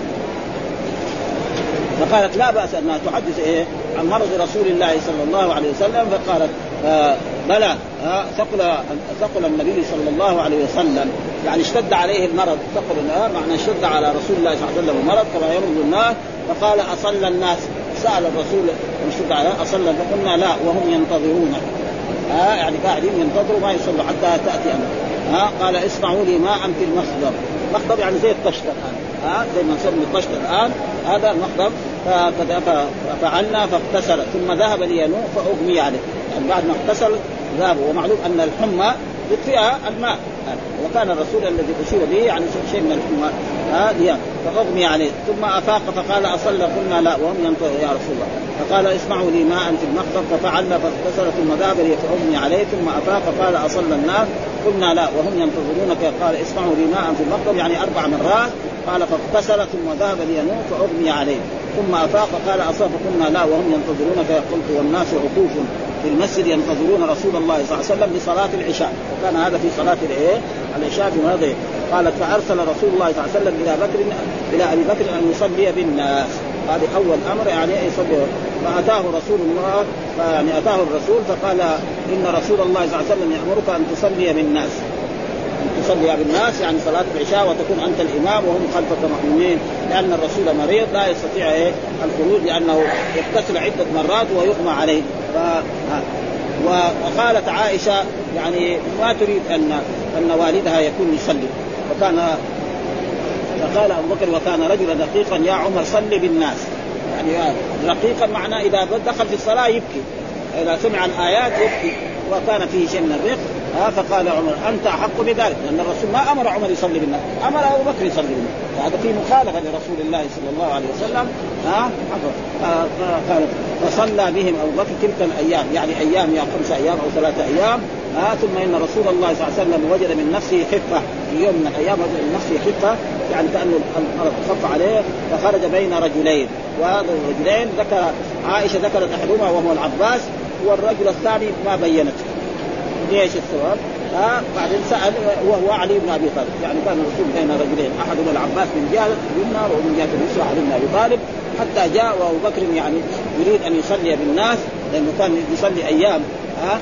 Speaker 2: فقالت لا بأس أنها تحدث إيه عن مرض رسول الله صلى الله عليه وسلم. فقالت آه بلى آه ثقل ثقل النبي صلى الله عليه وسلم يعني اشتد عليه المرض ثقل آه معنى اشتد على رسول الله صلى الله عليه وسلم المرض كما يرد الناس. فقال أصلى الناس سأل الرسول اشتد عليه أصلى فقلنا لا وهم ينتظرون آه يعني قاعدين ينتظروا ما يصلوا حتى تأتي أمر. ها قال اسمعوا لي ماء في المخضب. مخضب يعني زي الطشت الآن ها زي ما نسمي الطشت الآن هذا المخضب. ففعلنا فاغتسل ثم ذهب لينوء فأغمي عليه يعني بعد ما اغتسل ذهب. ومعلوم أن الحمى يطفئها الماء وكان الرسول الذي أشير به يعني شيء من الحمى هذه فأغمي عليه ثم أفاق فقال أصلى قلنا لا وهم ينتظرون يا رسول الله. فقال اسمعوا لي ماء في المخضب ففعلنا فاغتسل ثم ذهب لي فأغمي عليه ثم أفاق فقال أصلى الناس قلنا لا وهم ينتظرونك. قال اسمعوا لي ماء في المخضب يعني أربع مرات. قال فاغتسل ثم ذهب لينوء فأغمي عليه ثم أفاق قال أصاب قلنا لا وهم ينتظرونك. قلت والناس عكوف في المسجد ينتظرون رسول الله صلى الله عليه وسلم لصلاة العشاء وكان هذا في صلاة الإيه العشاء في هذا. قالت فأرسل رسول الله صلى الله عليه وسلم إلى بكر إلى أبي بكر أن يصلي بالناس. هذا أول أمر يعني يصلي. فأتاه رسول الله يعني أتاه الرسول فقال إن رسول الله صلى الله عليه وسلم يأمرك أن تصلي بالناس أن تصلي بالناس يعني صلاة العشاء وتكون أنت الإمام وهم خلفك مأمومين لأن الرسول مريض لا يستطيع إيه الخروج لأنه يغتسل عدة مرات ويغمى عليه. ف... وقالت عائشة يعني ما تريد أن أن والدها يكون يصلي وكان فقال أبو بكر وكان رجلا دقيقا يا عمر صلي بالناس يعني رقيقا معناه إذا دخل في الصلاة يبكي إذا سمع الآيات يبكي وكان فيه شيء من الرق. ها فقال عمر أنت أحق بذلك لأن الرسول ما أمر عمر يصلي بالناس أمر أبو بكر يصلي بالناس هذا فيه مخالفة لرسول الله صلى الله عليه وسلم. ها قال فصلى بهم أبو بكر تلك الأيام يعني أيام يا خمس أيام أو ثلاثة أيام. ها ثم إن رسول الله صلى الله عليه وسلم وجد من نفسه خفة في يوم من الأيام وجد من نفسه خفة يعني كأنه المرض خف عليه فخرج بين رجلين وهذا الرجلين ذكر عائشة ذكرت أحدهما وهو العباس والرجل الثاني ما بينته ليش السبب. ها بعدين سأل وهو علي بن أبي طالب يعني كان الرسول بين رجلين أحدهما العباس من جهة اليمنى ومن جهة اليسرى علي بن أبي طالب حتى جاء وأبو بكر يعني يريد أن يصلي بالناس لأنه كان يصلي أيام ها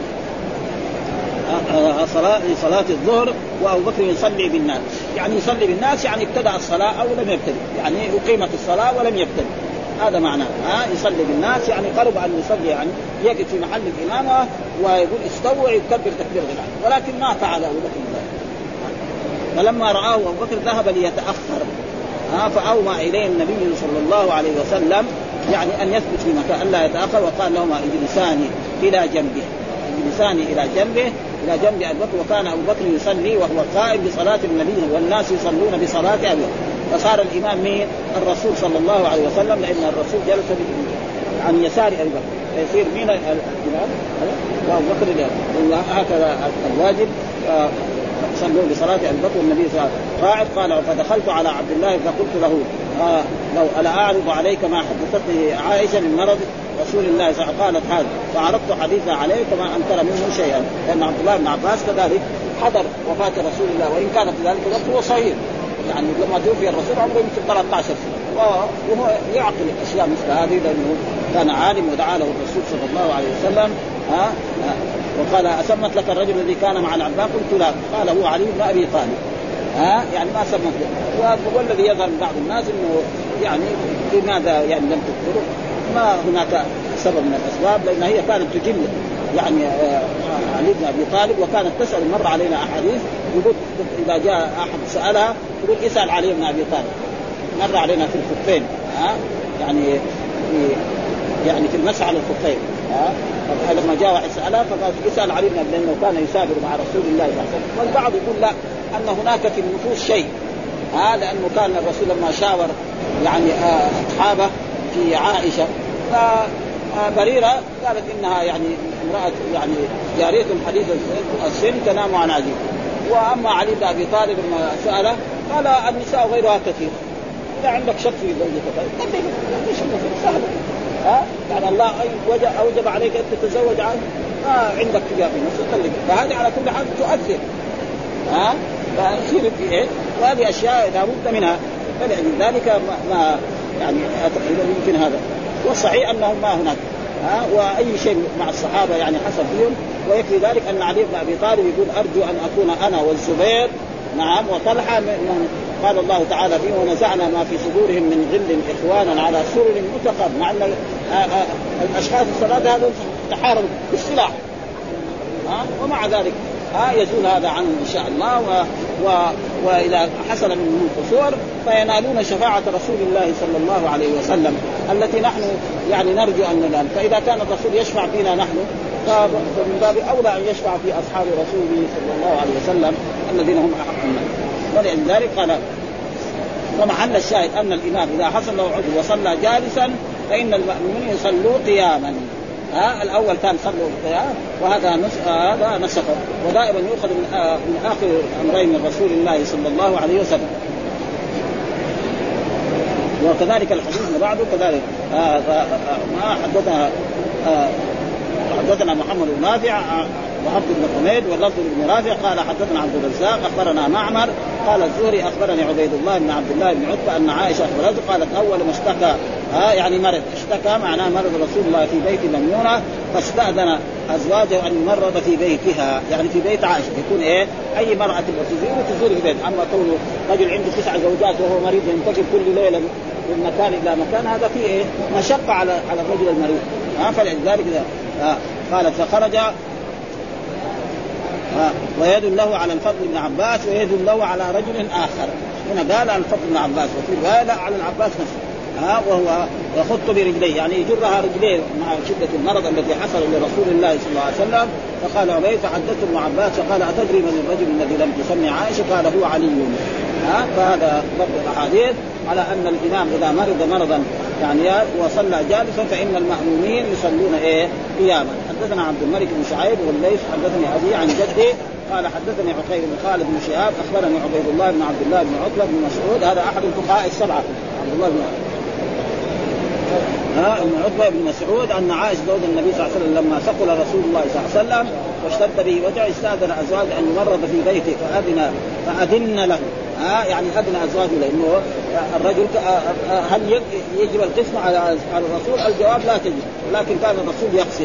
Speaker 2: صلاة صلاة الظهر وأبو بكر يصلي بالناس يعني يصلي بالناس يعني ابتدأ الصلاة أو لم يبتدئ يعني أقيمت الصلاة ولم يبتدئ هذا معناه. ها يصلي بالناس يعني قرب أن يصلي يعني يقف في محل الإمامة ويقول استووا ويكبر تكبير غير ولكن ما فعل أبو بكر ذلك. فلما رآه أبو بكر ذهب ليتأخر ها فأومى إليه النبي صلى الله عليه وسلم يعني أن يثبت في مكان ألا يتأخر وقال لهما اجلساني إلى جنبه اجلساني إلى جنبه إلى جنب أبي بكر. وكان أبو بكر يصلي وهو قائم بصلاة النبي والناس يصلون بصلاة أبي بكر فصار الإمام مين الرسول صلى الله عليه وسلم لأن الرسول جلس عن يسار أبي بكر فيصير مين الإمام وأبو بكر هكذا الواجب صلوا بصلاة أبي بكر والنبي صلى الله عليه وسلم قاعد. قال فدخلت على عبد الله فقلت له آه لو ألا أعرض عليك ما حدثتني عائشة من مرض رسول الله صلى الله عليه وسلم. قالت هذا فعرضت حديثا عليه كما أنكر منه شيئا لأن عبد الله بن عباس كذلك حضر وفاة رسول الله وإن كان في ذلك الوقت هو صغير يعني لما توفي الرسول عمره يمكن ثلاثة عشر سنة وهو يعقل الأشياء مثل هذه لأنه كان عالم ودعا له الرسول صلى الله عليه وسلم. ها, ها وقال أسمت لك الرجل الذي كان مع العباس قلت لا قال هو علي بن أبي طالب. ها يعني ما سمت له والذي يظهر بعض الناس إنه يعني لماذا يعني لم تذكره ما هناك سبب من الأسباب لأن هي كانت تجل يعني علي بن أبي طالب وكانت تسأل مرة علينا أحاديث يقول إذا جاء أحد سألها يقول اسأل علي بن أبي طالب مر علينا في الخفين. ها يعني في يعني في المسح على الخفين ها لما جاء واحد سأله فقال يسأل علي بن أبي لأنه كان يسافر مع رسول الله صلى الله عليه وسلم. والبعض يقول لا أن هناك في النفوس شيء ها لأنه كان الرسول لما شاور يعني أصحابه في عائشة فبريرة قالت إنها يعني امرأة يعني جارية حديثة السن تنام عن عجيب. وأما علي بن أبي طالب لما سأله قال النساء غيرها كثير إذا عندك شك في زوجتك سهل ها يعني الله أوجب عليك أن تتزوج عنه ما عندك تجابي نفسك فهذه على كل حال تؤثر ها فيصير في إيه وهذه أشياء لا بد منها. فلذلك ما, ما يعني يمكن هذا والصحيح أنهم ما هناك ها وأي شيء مع الصحابة يعني حصل فيهم. ويكفي ذلك أن علي بن أبي طالب يقول أرجو أن أكون أنا والزبير نعم وطلحة من قال الله تعالى فيه ونزعنا ما في صدورهم من غل إخوانا على سرر متقابل مع أن الأشخاص الثلاثة هذا تحاربوا بالسلاح ها ومع ذلك ها يزول هذا عنه إن شاء الله. و... و... وإذا حصل منهم قصور فينالون شفاعة رسول الله صلى الله عليه وسلم التي نحن يعني نرجو أن ننال. فإذا كان الرسول يشفع فينا نحن فمن باب أولى أن يشفع في أصحاب رسوله صلى الله عليه وسلم الذين هم أحق الناس. ولذلك قال ومحل الشاهد أن الإمام إذا حصل له عذر وصلى جالسا فإن المأمومين يصلوا قياما. ها الأول كان صلوا القيام وهذا نسخ هذا نسخه. ودائما يؤخذ من, آه من آخر أمرين من رسول الله صلى الله عليه وسلم. وكذلك الحديث اللي بعده كذلك آه آه ما حدثنا آه حدثنا محمد بن نافع وعبد بن حميد واللفظ بن رافع قال حدثنا عبد الرزاق أخبرنا معمر قال الزهري أخبرني عبيد الله بن عبد الله بن عتبة أن عائشة أخبرته قالت أول ما اشتكى ها يعني مرض اشتكى معناه مرض رسول الله في بيت ميمونة فاستأذن أزواجه أن يمرض في بيتها يعني في بيت عائشة يكون إيه أي مرأة تزور تزور في بيت. أما كونه رجل عنده تسع زوجات وهو مريض ينتقل كل ليلة من مكان إلى مكان هذا فيه إيه مشقة على على الرجل المريض ها فلذلك آه قالت فخرج آه ويد له على الفضل بن عباس ويد له على رجل آخر. هنا قال على الفضل بن عباس وفي قال على العباس نفسه ها وهو يخط برجليه يعني يجرها رجليه مع شدة المرض الذي حصل لرسول الله صلى الله عليه وسلم. فقال عبيد فحدثت ابن عباس فقال أتدري من الرجل الذي لم تسمي عائشة قال هو علي. ها فهذا ضبط الأحاديث على أن الإمام إذا مرض مرضا يعني وصلى جالسا فإن المأمومين يصلون إيه قياما. حدثنا عبد الملك بن شعيب والليث حدثني أبي عن جدي قال حدثني عقيل بن خالد بن شهاب أخبرني عبيد الله بن عبد الله بن عتبة بن مسعود هذا أحد الفقهاء السبعة عبد الله بن ها ابن عتبة بن مسعود أن عائشة زوج النبي صلى الله عليه وسلم لما ثقل رسول الله صلى الله عليه وسلم واشتد به وجع استأذن أزواج أن يمرض في بيته فأذن فأذن له ها يعني أذن أزواجه لأنه الرجل هل يجب القسم على الرسول؟ الجواب لا تجب لكن كان الرسول يقسم.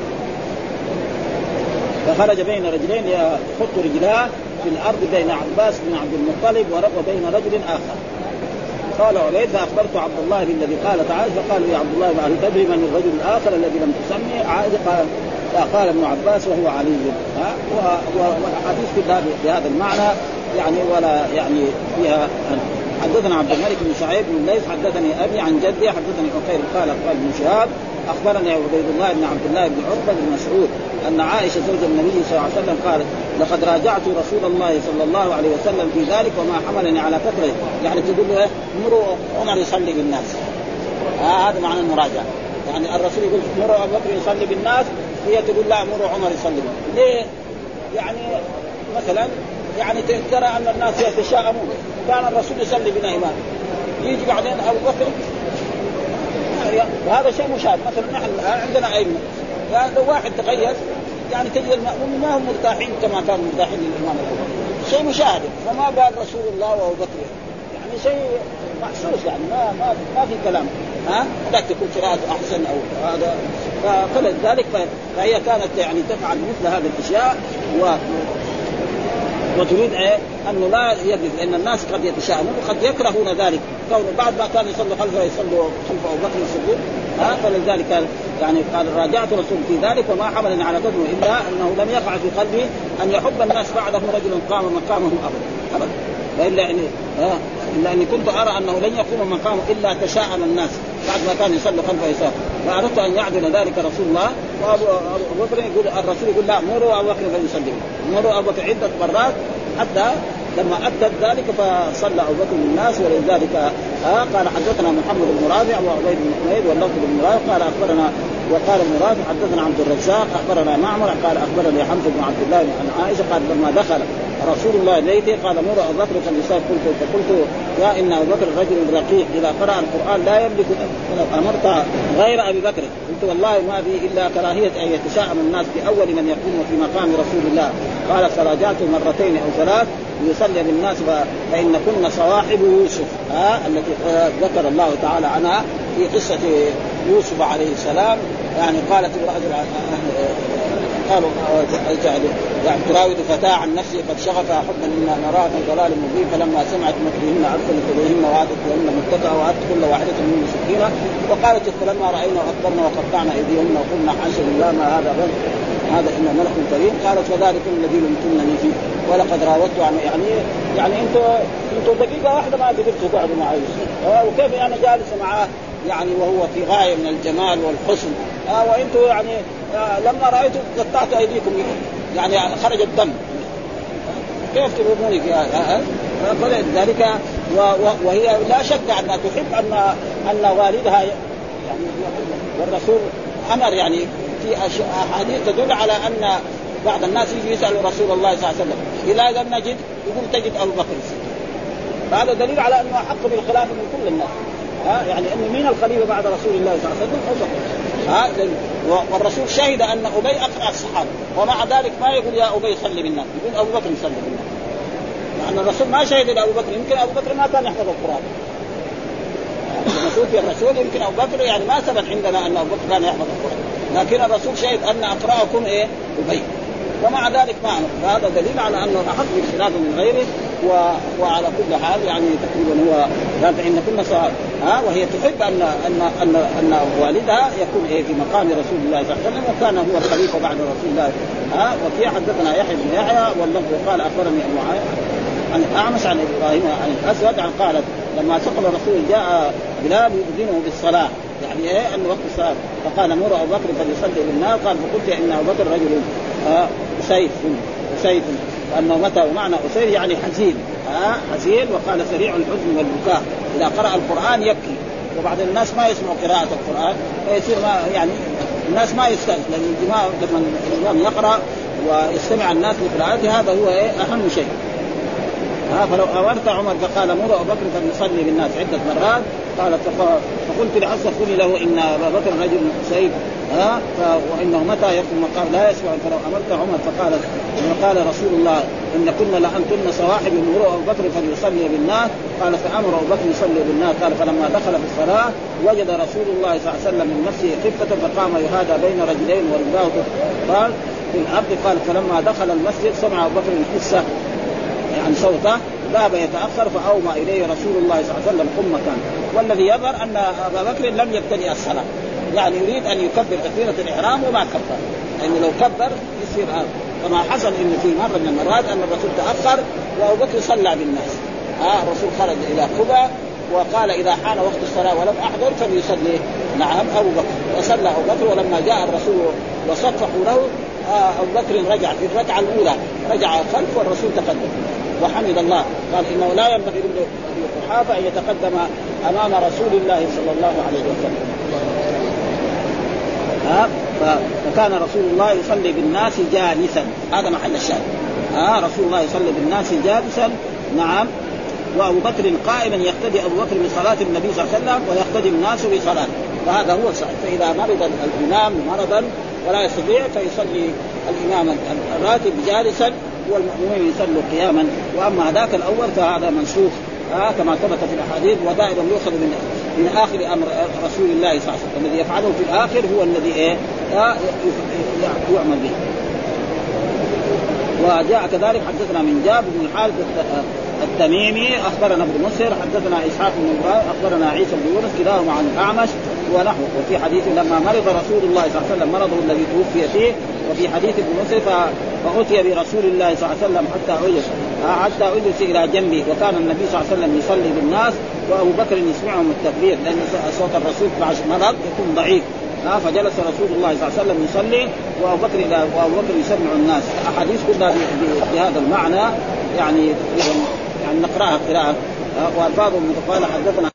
Speaker 2: فخرج بين رجلين يخط رجلاه في الأرض بين عباس بن عبد المطلب وبين رجل آخر. قال عبيد فأخبرت عبد الله بالذي قال تعالى فقال يا عبد الله هل تدري من الرجل الآخر الذي لم تسمي عائشة قال قال ابن عباس وهو علي. ها وحديث كتاب بهذا المعنى يعني ولا يعني فيها. حدثنا عبد الملك بن شعيب بن ليث حدثني أبي عن جدي حدثني عقيل قال قال ابن شهاب أخبرني عبيد الله بن عبد الله بن عتبة بن مسعود أن عائشة زوج النبي صلى الله عليه وسلم قالت لقد راجعت رسول الله صلى الله عليه وسلم في ذلك وما حملني على كثرة يعني تقول له مروا عمر يصلي بالناس. آه هذا معنى المراجعة يعني الرسول يقول مروا أبو بكر يصلي بالناس هي تقول لا مروا عمر يصلي بالناس. ليه؟ يعني مثلا يعني ترى أن الناس يتشاءمون كان الرسول يصلي بنا إمام يجي بعدين أبو بكر وهذا شيء مشاهد. مثلا نحن عندنا أئمة لو واحد تغير يعني تجد المأمومين ما هم مرتاحين كما كانوا مرتاحين للإمام شيء مشاهد. فما قال رسول الله وأبو بكر يعني شيء محسوس يعني ما ما ما في كلام ها لا تكون قراءته أحسن أو هذا. فلذلك فهي كانت يعني تفعل مثل هذه الأشياء و وتريد إيه أنه لا يجلس لأن الناس قد يتشاءمون وقد يكرهون ذلك كونه بعد ما كان يصلوا خلفه يصلوا خلف أبو بكر يصلون ها. فلذلك قال يعني قال راجعت رسول في ذلك وما حملني على قدمه إلا أنه لم يقع في قلبي أن يحب الناس بعده رجل قام مقامهم أبدا أبدا وإلا يعني ها إلا أني كنت أرى أنه لن يقوم مقامه إلا تشاءم الناس بعد ما كان يصلي خلف يسار، فأردت أن يعدل ذلك رسول الله. وأبو بكر يقول الرسول يقول لا مروا أبو بكر فليصلي، مروا أبو بكر عدة مرات حتى لما أدت ذلك فصلى أبو بكر الناس. ولذلك آه قال حدثنا محمد بن رافع وعبيد بن حميد واللفظ بن رافع قال أخبرنا وقال ابن رافع حدثنا عبد الرزاق أخبرنا معمر قال أخبرني حمزة بن عبد الله عن عائشة قال لما دخل رسول الله بيته قال مر أبو بكر فليصلي، قلت فقلت يا إن أبو بكر رجل رقيق إذا قرأ القرآن لا يملك أمرت غير أبي بكر. قلت والله ما في إلا كراهية أن يتشاءم الناس بأول من يقوم في مقام رسول الله. قال فراجعت مرتين أو ثلاث يصلي بالناس فإن كنا صواحب يوسف ها التي ذكر الله تعالى عنها في قصة يوسف عليه السلام. يعني قالت امرأة قالوا يعني تراود فتاة عن نفسه قد شغفها حبا مما نراه في ضلال مبين فلما سمعت مكرهن أرسلت إليهن وعادت لهن متكئا وآتت كل واحدة منهن سكينة وقالت فلما رأينا أكبرنا وقطعنا أيديهن وقلنا حاشا لله ما هذا بل هذا إن ملك كريم. قالت وذلك الذي لمتنني فيه ولقد راودت عن يعني يعني أنتوا أنتوا دقيقة واحدة ما قدرتوا تقعدوا مع يوسف وكيف أنا جالسة معاه يعني وهو في غاية من الجمال والحسن آه وأنتوا يعني آه لما رأيتوا قطعت أيديكم يعني خرج الدم كيف ترموني في هذا؟ فلذلك وهي لا شك أنها تحب أن أن والدها يعني والرسول أمر يعني في أحاديث تدل على أن بعض الناس يجي يسألوا رسول الله صلى الله عليه وسلم إذا لم نجد يقول تجد أبو بكر. هذا دليل على أنه حق بالخلافة من كل الناس ها يعني أن مين الخليفة بعد رسول الله صلى الله عليه وسلم أبو بكر ها. والرسول شهد أن أبي أقرأ الصحابة ومع ذلك ما يقول يا أبي صلي بالناس يقول أبو بكر صلي بالناس. يعني الرسول ما شهد لأبو بكر يمكن أبو بكر ما كان يحفظ القرآن لما توفي الرسول يمكن أبو بكر يعني ما ثبت عندنا أن أبو بكر كان يحفظ القرآن لكن الرسول شهد أن أقرأكم إيه أبي ومع ذلك ما عمل. فهذا دليل على أنه أحق بالخلافة من غيره و... وعلى كل حال يعني تقريبا هو قال فإن كنا صار ها وهي تحب أن أن أن أن والدها يكون إيه في مقام رسول الله صلى الله عليه وسلم وكان هو الخليفة بعد رسول الله ها. وفي حدثنا يحيى بن يحيى واللفظ قال أخبرني أبو عن الأعمش عن إبراهيم عن الأسود عن قالت لما سقط الرسول جاء بلال يؤذنه بالصلاة يعني إيه أن وقت الصلاة فقال مر أبو بكر فليصلي بالناس. قال فقلت إن أبو بكر رجل آه سيف سيف وأنه متى ومعنى أسير يعني حزين آه حزين. وقال سريع الحزن والبكاء إذا قرأ القرآن يبكي وبعض الناس ما يسمعوا قراءة القرآن فيصير ما يعني الناس ما يستأذن لأن الجماعة لما الإمام يقرأ ويستمع الناس لقراءته هذا هو إيه أهم شيء ها. فلو أمرت عمر فقال مر أبو بكر فليصلي بالناس عدة مرات. قال فقلت لعسى قولي له إن أبا بكر رجل سيف ها وإنه متى يقوم مقام لا يسمع. فلو أمرت عمر فقال قال رسول الله إن كنا لأنتن صواحب مر أبو بكر فليصلي بالناس. قال فأمر أبو بكر يصلي بالناس. قال فلما دخل في الصلاة وجد رسول الله صلى الله عليه وسلم من نفسه خفة فقام يهادى بين رجلين ورجلاه قال في الأرض. قال فلما دخل المسجد سمع أبو بكر حسه يعني صوته ذهب يتأخر فأومى إليه رسول الله صلى الله عليه وسلم قم مكان. والذي يظهر أن أبا بكر لم يبتدئ الصلاة يعني يريد أن يكبر تكبيرة الإحرام وما كبر لأنه يعني لو كبر يصير هذا. فما حصل إن في مرة من المرات أن الرسول تأخر وأبو بكر صلى بالناس آه الرسول خرج إلى قباء وقال إذا حان وقت الصلاة ولم أحضر فليصلي نعم أبو بكر. وصلى أبو بكر ولما جاء الرسول وصفحوا له آه أبو بكر رجع في الركعة الأولى رجع خلف والرسول تقدم وحمد الله. قال إنه لا ينبغي لابن قحافة أن يتقدم أمام رسول الله صلى الله عليه وسلم ها. فكان رسول الله يصلي بالناس جالسا هذا محل الشاهد ها. رسول الله يصلي بالناس جالسا نعم وأبو بكر قائما يقتدي أبو بكر بصلاة النبي صلى الله عليه وسلم ويقتدي الناس بصلاة. فهذا هو الصحيح. فإذا مرض الإمام مرضا ولا يستطيع فيصلي الإمام الراتب جالسا والمؤمنين يصلوا قياما. وأما ذاك الأول فهذا منسوخ آه كما ثبت في الأحاديث ودائما يؤخذ من من آخر أمر رسول الله صلى الله عليه وسلم الذي يفعله في الآخر هو الذي إيه آه يعمل به. وجاء كذلك حدثنا من جابر بن الحارث التميمي أخبرنا ابن مسهر حدثنا إسحاق بن إبراهيم أخبرنا عيسى بن يونس كلاهما عن الأعمش ونحوه. وفي حديث لما مرض رسول الله صلى الله عليه وسلم مرضه الذي توفي فيه. وفي حديث ابن مسهر فأتي برسول الله صلى الله عليه وسلم حتى أجلس حتى أجلس إلى جنبه وكان النبي صلى الله عليه وسلم يصلي بالناس وأبو بكر يسمعهم التكبير لأن صوت الرسول مع مرض يكون ضعيف. ها فجلس رسول الله صلى الله عليه وسلم يصلي وأبو بكر إذا وأبو بكر يسمع الناس. أحاديث كلها بهذا المعنى يعني يعني نقرأها قراءة. وألفاظهم قال حدثنا